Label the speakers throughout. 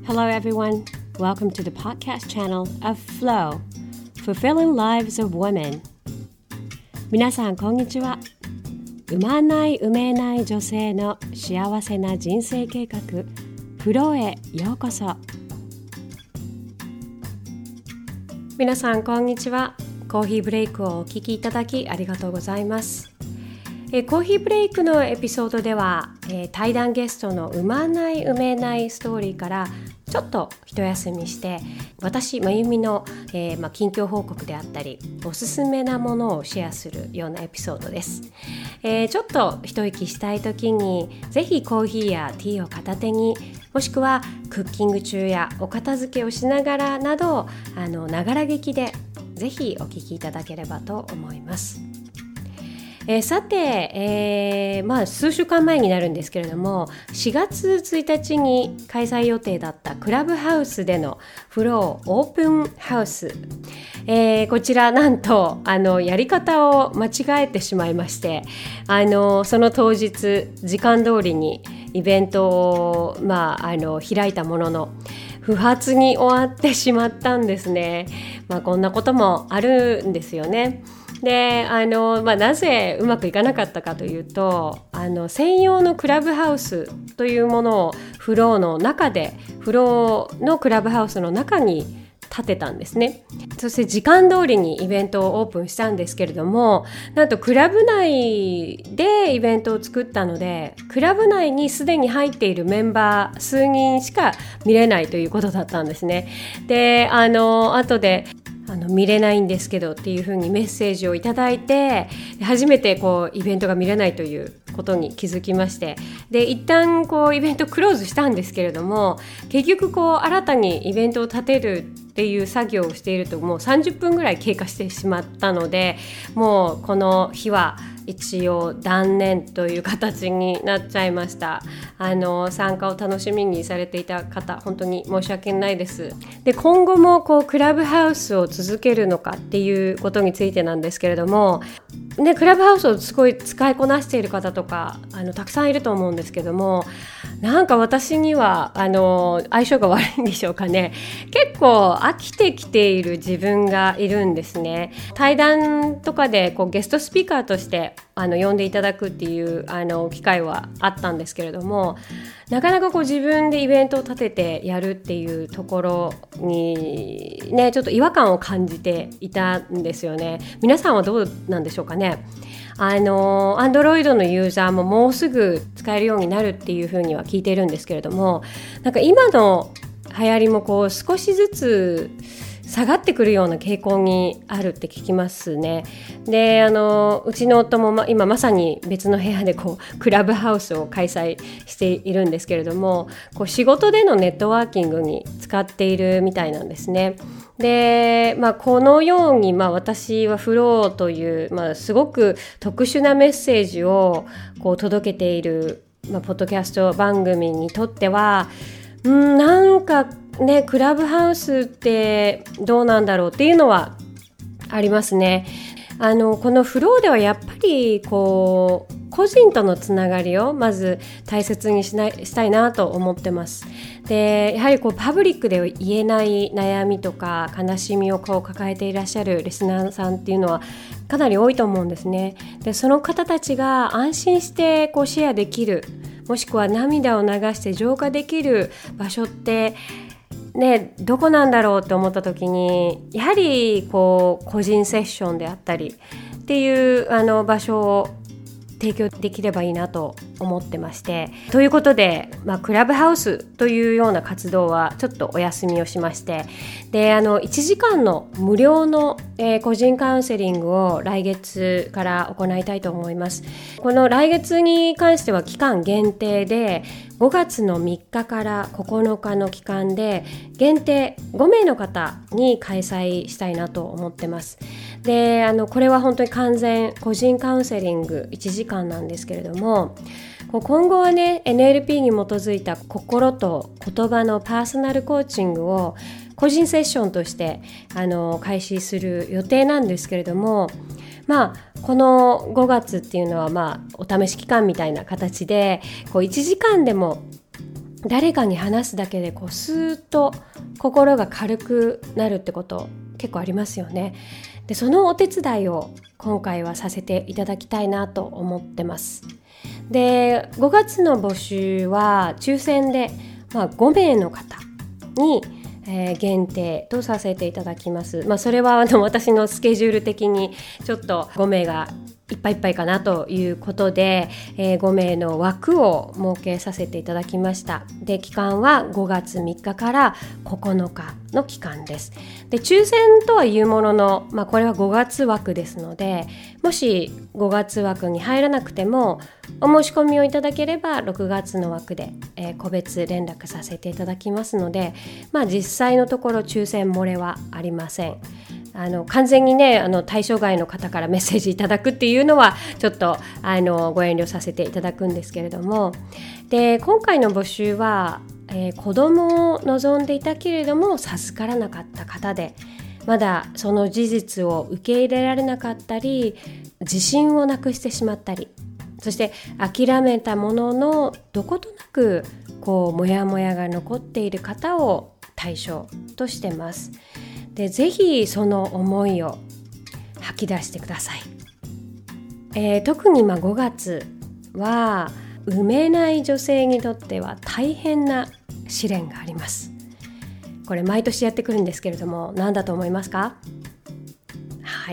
Speaker 1: Hello everyone, welcome to the podcast channel of Flow, Fulfilling Lives of Women. 皆さんこんにちは。産まない産めない女性の幸せな人生計画、Flow へようこそ。皆さんこんにちは。コーヒーブレイクをお聞きいただきありがとうございます。コーヒーブレイクのエピソードでは、対談ゲストの産まない産めないストーリーからちょっと一休みして私まゆみの、近況報告であったりおすすめなものをシェアするようなエピソードです。ちょっと一息したい時にぜひコーヒーやティーを片手にもしくはクッキング中やお片付けをしながらなどながら聞きでぜひお聞きいただければと思います。さて、数週間前になるんですけれども4月1日に開催予定だったクラブハウスでのフローオープンハウス、こちらなんとやり方を間違えてしまいましてその当日時間通りにイベントを、開いたものの不発に終わってしまったんですね。こんなこともあるんですよね。でなぜうまくいかなかったかというと専用のクラブハウスというものをフローのクラブハウスの中に建てたんですね。そして時間通りにイベントをオープンしたんですけれどもなんとクラブ内でイベントを作ったのでクラブ内にすでに入っているメンバー数人しか見れないということだったんですね。で後で見れないんですけどっていう風にメッセージをいただいて初めてイベントが見れないということに気づきましてで一旦イベントクローズしたんですけれども結局新たにイベントを立てるっていう作業をしているともう30分ぐらい経過してしまったのでもうこの日は一応断念という形になっちゃいました。参加を楽しみにされていた方本当に申し訳ないです。で今後もクラブハウスを続けるのかっていうことについてなんですけれどもクラブハウスをすごい使いこなしている方とかたくさんいると思うんですけどもなんか私には相性が悪いんでしょうかね。結構飽きてきている自分がいるんですね。対談とかでゲストスピーカーとして呼んでいただくっていう機会はあったんですけれどもなかなか自分でイベントを立ててやるっていうところにねちょっと違和感を感じていたんですよね。皆さんはどうなんでしょうかね。Android のユーザーももうすぐ使えるようになるっていうふうには聞いているんですけれどもなんか今の流行りも少しずつ下がってくるような傾向にあるって聞きますね。でうちの夫も、今まさに別の部屋でクラブハウスを開催しているんですけれども仕事でのネットワーキングに使っているみたいなんですね。で、このように、私はフローという、すごく特殊なメッセージを届けている、ポッドキャスト番組にとってはなんかねクラブハウスってどうなんだろうっていうのはありますね。このフローではやっぱり個人とのつながりをまず大切にしたいなと思ってます。でやはりパブリックで言えない悩みとか悲しみを抱えていらっしゃるリスナーさんっていうのはかなり多いと思うんですね。でその方たちが安心してシェアできるもしくは涙を流して浄化できる場所ってどこなんだろうって思った時にやはり個人セッションであったりっていう場所を提供できればいいなと思ってましてということで、クラブハウスというような活動はちょっとお休みをしましてで1時間の無料の、個人カウンセリングを来月から行いたいと思います。この来月に関しては期間限定で5月の3日から9日の期間で限定5名の方に開催したいなと思ってます。でこれは本当に完全個人カウンセリング1時間なんですけれども今後はね NLP に基づいた心と言葉のパーソナルコーチングを個人セッションとして開始する予定なんですけれどもこの5月っていうのはお試し期間みたいな形で1時間でも誰かに話すだけでスーッと心が軽くなるってこと結構ありますよね。でそのお手伝いを今回はさせていただきたいなと思ってます。で5月の募集は抽選で、5名の方に、限定とさせていただきます。それは私のスケジュール的にちょっと5名がいっぱいいっぱいかなということで、5名の枠を設けさせていただきました。で期間は5月3日から9日の期間です。で抽選とはいうものの、これは5月枠ですので、もし5月枠に入らなくてもお申し込みをいただければ6月の枠で、個別連絡させていただきますので、実際のところ抽選漏れはありません。完全にね対象外の方からメッセージいただくっていうのはちょっとご遠慮させていただくんですけれども、で今回の募集は、子供を望んでいたけれども授からなかった方で、まだその事実を受け入れられなかったり、自信をなくしてしまったり、そして諦めたもののどことなくモヤモヤが残っている方を対象としてます。でぜひその思いを吐き出してください。特に5月は産めない女性にとっては大変な試練があります。これ毎年やってくるんですけれども、何だと思いますか？はい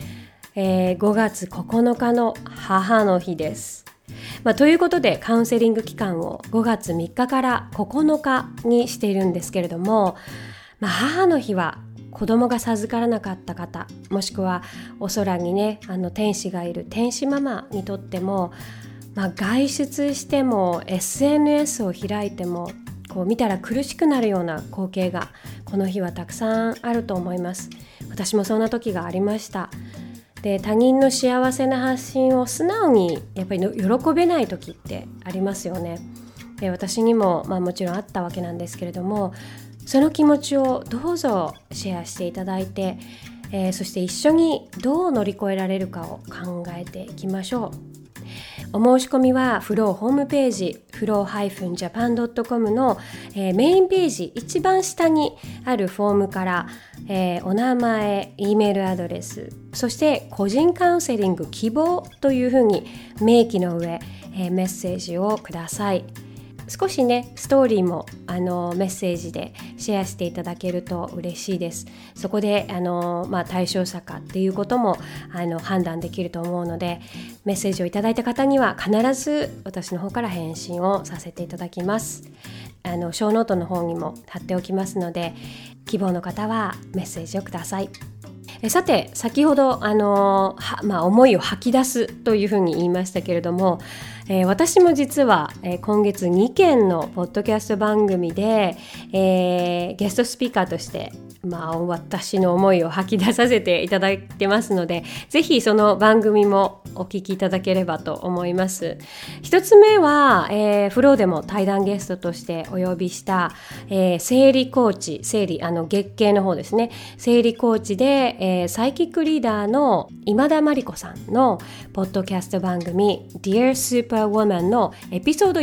Speaker 1: 、5月9日の母の日です。ということでカウンセリング期間を5月3日から9日にしているんですけれども、母の日は子供が授からなかった方、もしくはお空にね天使がいる天使ママにとっても、外出しても SNS を開いても見たら苦しくなるような光景がこの日はたくさんあると思います。私もそんな時がありました。で他人の幸せな発信を素直にやっぱり喜べない時ってありますよね。で私にも、もちろんあったわけなんですけれども、その気持ちをどうぞシェアしていただいて、そして一緒にどう乗り越えられるかを考えていきましょう。お申し込みはフローホームページ flow-japan.com の、メインページ一番下にあるフォームから、お名前、Eメールアドレス、そして個人カウンセリング希望というふうに明記の上、メッセージをください。少しねストーリーもメッセージでシェアしていただけると嬉しいです。そこで対象者かっていうことも判断できると思うので、メッセージをいただいた方には必ず私の方から返信をさせていただきます。ショーノートの方にも貼っておきますので、希望の方はメッセージをください。さて先ほど思いを吐き出すというふうに言いましたけれども、私も実は、今月2件のポッドキャスト番組で、ゲストスピーカーとして私の思いを吐き出させていただいてますので、ぜひその番組もお聞きいただければと思います。一つ目は、フローでも対談ゲストとしてお呼びした、生理コーチ、月経の方ですね、生理コーチで、サイキックリーダーの今田真理子さんのポッドキャスト番組 Dear Superwoman のエピソード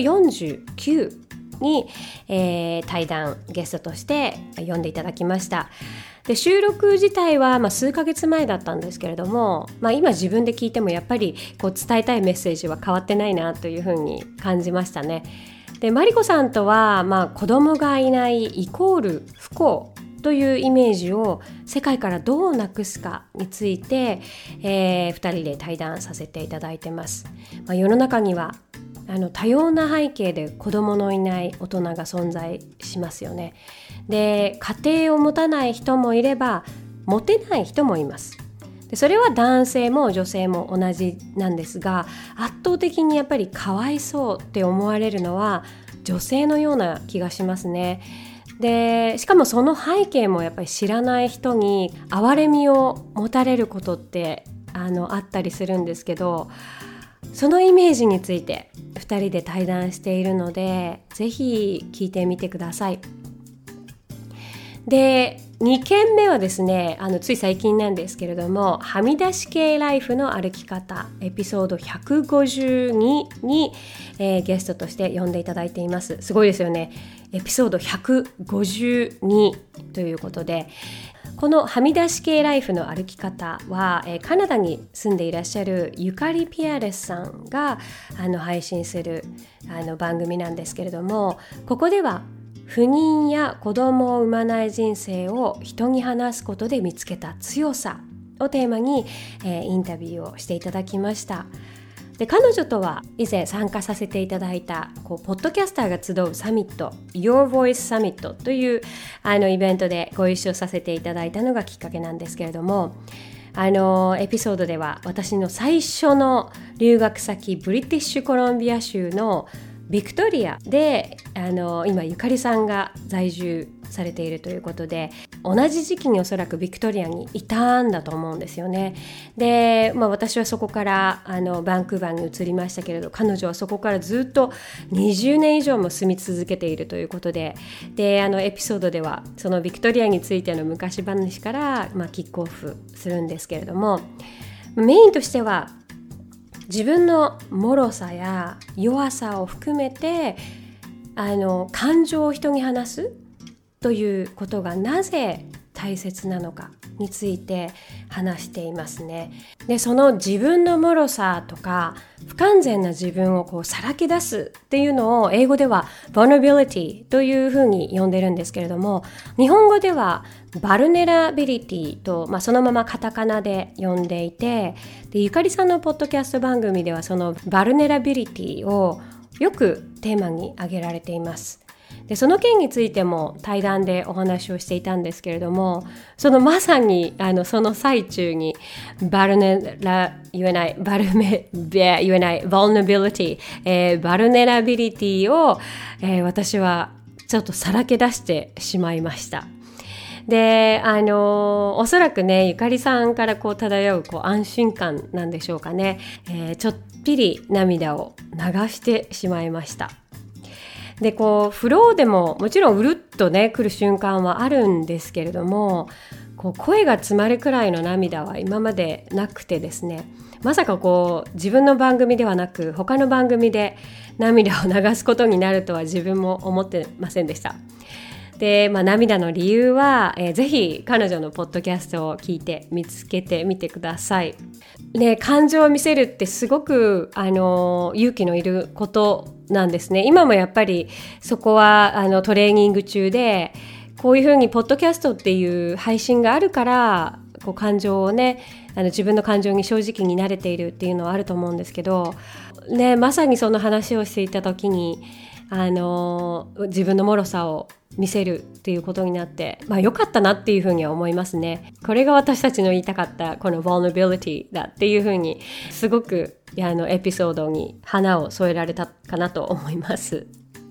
Speaker 1: 49に、対談ゲストとして呼んでいただきました。で収録自体は、数ヶ月前だったんですけれども、今自分で聞いてもやっぱり伝えたいメッセージは変わってないなというふうに感じましたね。でマリコさんとは、子供がいないイコール不幸というイメージを世界からどうなくすかについて、2人で対談させていただいてます。世の中には多様な背景で子供のいない大人が存在しますよね。で家庭を持たない人もいれば持てない人もいます。でそれは男性も女性も同じなんですが、圧倒的にやっぱりかわいそうって思われるのは女性のような気がしますね。でしかもその背景もやっぱり知らない人に哀れみを持たれることってあったりするんですけど、そのイメージについて2人で対談しているので、ぜひ聞いてみてください。 で、2件目はですね、つい最近なんですけれども、はみ出し系ライフの歩き方エピソード152に、ゲストとして呼んでいただいています。すごいですよね。エピソード152ということで、このはみ出し系ライフの歩き方は、カナダに住んでいらっしゃるゆかりピアレスさんが配信する番組なんですけれども、ここでは不妊や子供を産まない人生を人に話すことで見つけた強さをテーマに、インタビューをしていただきました。で、彼女とは以前参加させていただいたポッドキャスターが集うサミット Your Voice Summit というイベントでご一緒させていただいたのがきっかけなんですけれども、エピソードでは私の最初の留学先ブリティッシュコロンビア州のビクトリアで今ゆかりさんが在住されているということで、同じ時期におそらくビクトリアにいたんだと思うんですよね。で、私はそこからバンクーバーに移りましたけれど、彼女はそこからずっと20年以上も住み続けているということで、エピソードではそのビクトリアについての昔話から、キックオフするんですけれども、メインとしては自分の脆さや弱さを含めて感情を人に話すということがなぜ大切なのかについて話していますね。で、その自分の脆さとか不完全な自分をさらけ出すっていうのを英語では vulnerability というふうに呼んでるんですけれども、日本語ではバルネラビリティと、そのままカタカナで呼んでいて、でゆかりさんのポッドキャスト番組ではそのバルネラビリティをよくテーマに挙げられています。で、その件についても対談でお話をしていたんですけれども、そのまさにその最中にバルネラ言えないバルメ言えないvulnerability、バルネラビリティを、私はちょっとさらけ出してしまいました。で、おそらくね、ゆかりさんから漂う安心感なんでしょうかね、ちょっぴり涙を流してしまいました。で、フローでももちろんうるっとね来る瞬間はあるんですけれども、声が詰まるくらいの涙は今までなくてですね、まさか自分の番組ではなく他の番組で涙を流すことになるとは自分も思ってませんでした。で、涙の理由は、ぜひ彼女のポッドキャストを聞いて見つけてみてください。ね、感情を見せるってすごく勇気のいることなんですね。今もやっぱりそこはトレーニング中で、こういうふうにポッドキャストっていう配信があるから感情をね、自分の感情に正直に慣れているっていうのはあると思うんですけど、ね、まさにその話をしていた時に自分の脆さを見せるっていうことになって、良かったなっていうふうには思いますね。これが私たちの言いたかったこの vulnerability だっていうふうに、すごくエピソードに花を添えられたかなと思います。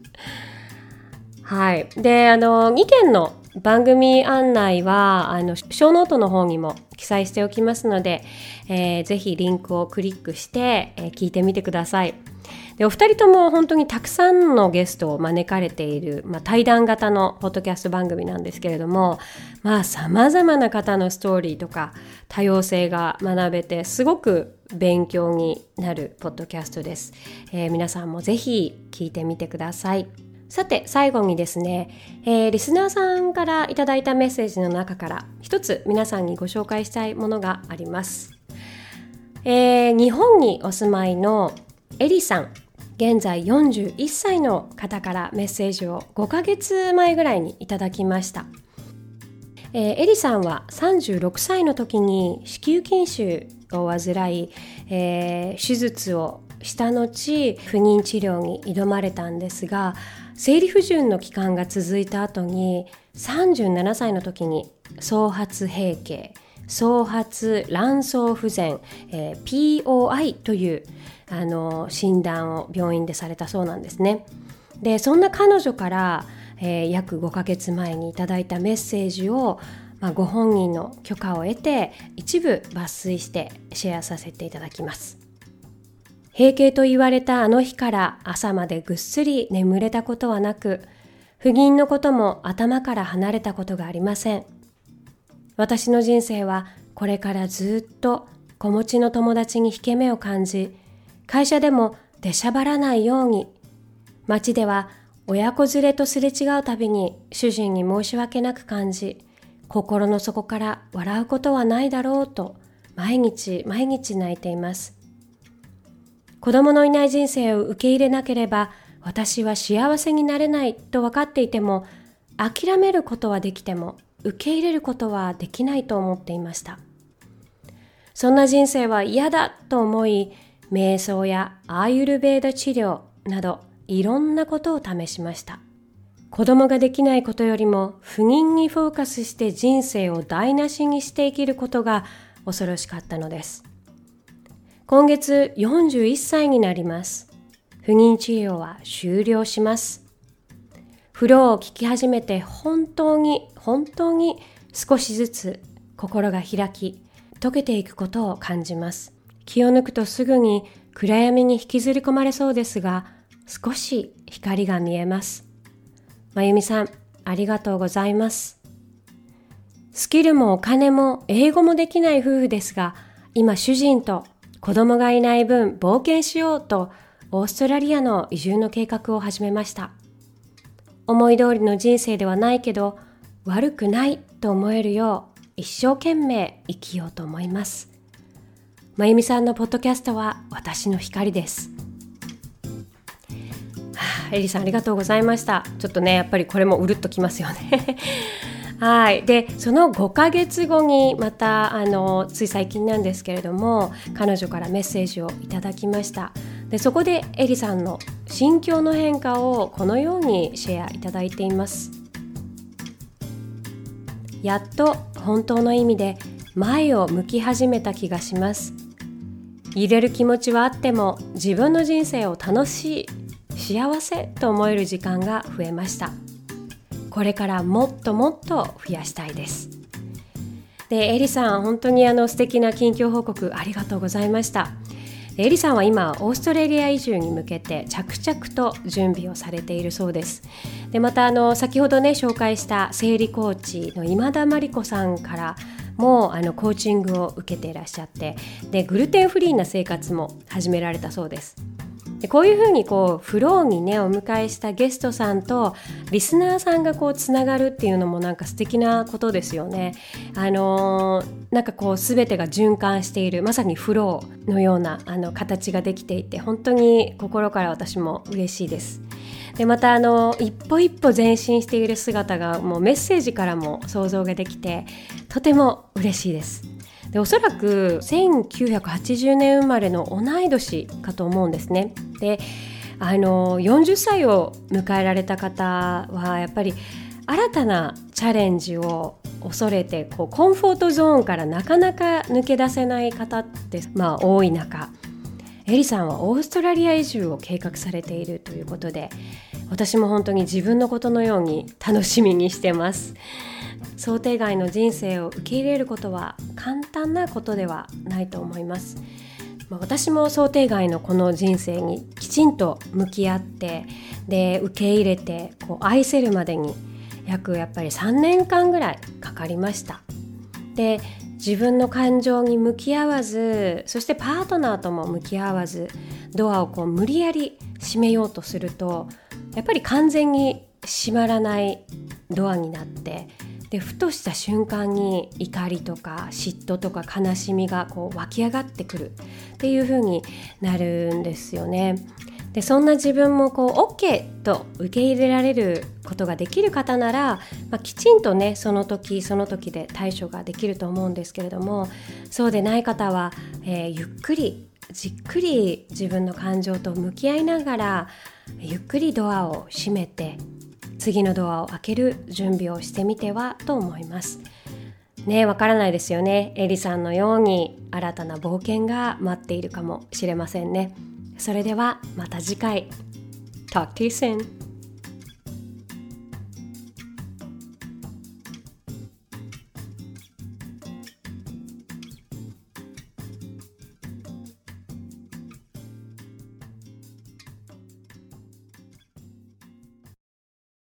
Speaker 1: はい。で、2件の番組案内はショーノートの方にも記載しておきますので、ぜひリンクをクリックして、聞いてみてください。で、お二人とも本当にたくさんのゲストを招かれている、対談型のポッドキャスト番組なんですけれども、様々な方のストーリーとか多様性が学べて、すごく勉強になるポッドキャストです。皆さんもぜひ聞いてみてください。さて、最後にですね、リスナーさんからいただいたメッセージの中から一つ皆さんにご紹介したいものがあります。日本にお住まいのエリさん、現在41歳の方からメッセージを5ヶ月前ぐらいにいただきました。エリさんは36歳の時に子宮筋腫を患い、手術をした後不妊治療に挑まれたんですが、生理不順の期間が続いた後に37歳の時に早発閉経、早発卵巣不全、POI という診断を病院でされたそうなんですね。で、そんな彼女から、約5ヶ月前にいただいたメッセージを、ご本人の許可を得て一部抜粋してシェアさせていただきます。閉経と言われたあの日から朝までぐっすり眠れたことはなく、 不義のことも頭から離れたことがありません。私の人生はこれからずっと子持ちの友達に引け目を感じ、会社でも出しゃばらないように、街では親子連れとすれ違うたびに主人に申し訳なく感じ、心の底から笑うことはないだろうと毎日泣いています。子供のいない人生を受け入れなければ私は幸せになれないと分かっていても、諦めることはできても受け入れることはできないと思っていました。そんな人生は嫌だと思い、瞑想やアーユルヴェーダ治療などいろんなことを試しました。子供ができないことよりも不妊にフォーカスして人生を台無しにして生きることが恐ろしかったのです。今月41歳になります。不妊治療は終了します。フローを聞き始めて本当に少しずつ心が開き、溶けていくことを感じます。気を抜くとすぐに暗闇に引きずり込まれそうですが、少し光が見えます。まゆみさん、ありがとうございます。スキルもお金も英語もできない夫婦ですが、今主人と子供がいない分冒険しようとオーストラリアの移住の計画を始めました。思い通りの人生ではないけど、悪くないと思えるよう一生懸命生きようと思います。まゆみさんのポッドキャストは私の光です。エリさんありがとうございました。ちょっとね、やっぱりこれもうるっときますよね。はい。で、その5ヶ月後にまたつい最近なんですけれども、彼女からメッセージをいただきました。で、そこでエリさんの心境の変化をこのようにシェアいただいています。やっと本当の意味で前を向き始めた気がします。揺れる気持ちはあっても自分の人生を楽しい、幸せと思える時間が増えました。これからもっと増やしたいです。で、エリさん本当に素敵な近況報告ありがとうございました。エリさんは今オーストラリア移住に向けて着々と準備をされているそうです。で、また先ほどね紹介した生理コーチの今田真理子さんからもコーチングを受けていらっしゃって、でグルテンフリーな生活も始められたそうです。でこういうふうにフローにねお迎えしたゲストさんとリスナーさんがつながるっていうのもなんか素敵なことですよね。なんか全てが循環している、まさにフローのような形ができていて、本当に心から私も嬉しいです。でまた一歩一歩前進している姿がもうメッセージからも想像ができて、とても嬉しいです。でおそらく1980年生まれの同い年かと思うんですね。で40歳を迎えられた方はやっぱり新たなチャレンジを恐れてコンフォートゾーンからなかなか抜け出せない方って多い中、エリさんはオーストラリア移住を計画されているということで、私も本当に自分のことのように楽しみにしてます。想定外の人生を受け入れることは簡単なことではないと思います。私も想定外のこの人生にきちんと向き合って、で受け入れて愛せるまでにやっぱり3年間ぐらいかかりました。で自分の感情に向き合わず、そしてパートナーとも向き合わず、ドアを無理やり閉めようとするとやっぱり完全に閉まらないドアになって、でふとした瞬間に怒りとか嫉妬とか悲しみが湧き上がってくるっていう風になるんですよね。でそんな自分もOK と受け入れられることができる方なら、きちんとねその時で対処ができると思うんですけれども、そうでない方は、ゆっくりじっくり自分の感情と向き合いながらゆっくりドアを閉めて次のドアを開ける準備をしてみてはと思いますね。わからないですよね。エリさんのように新たな冒険が待っているかもしれませんね。それではまた次回。Talk to you soon.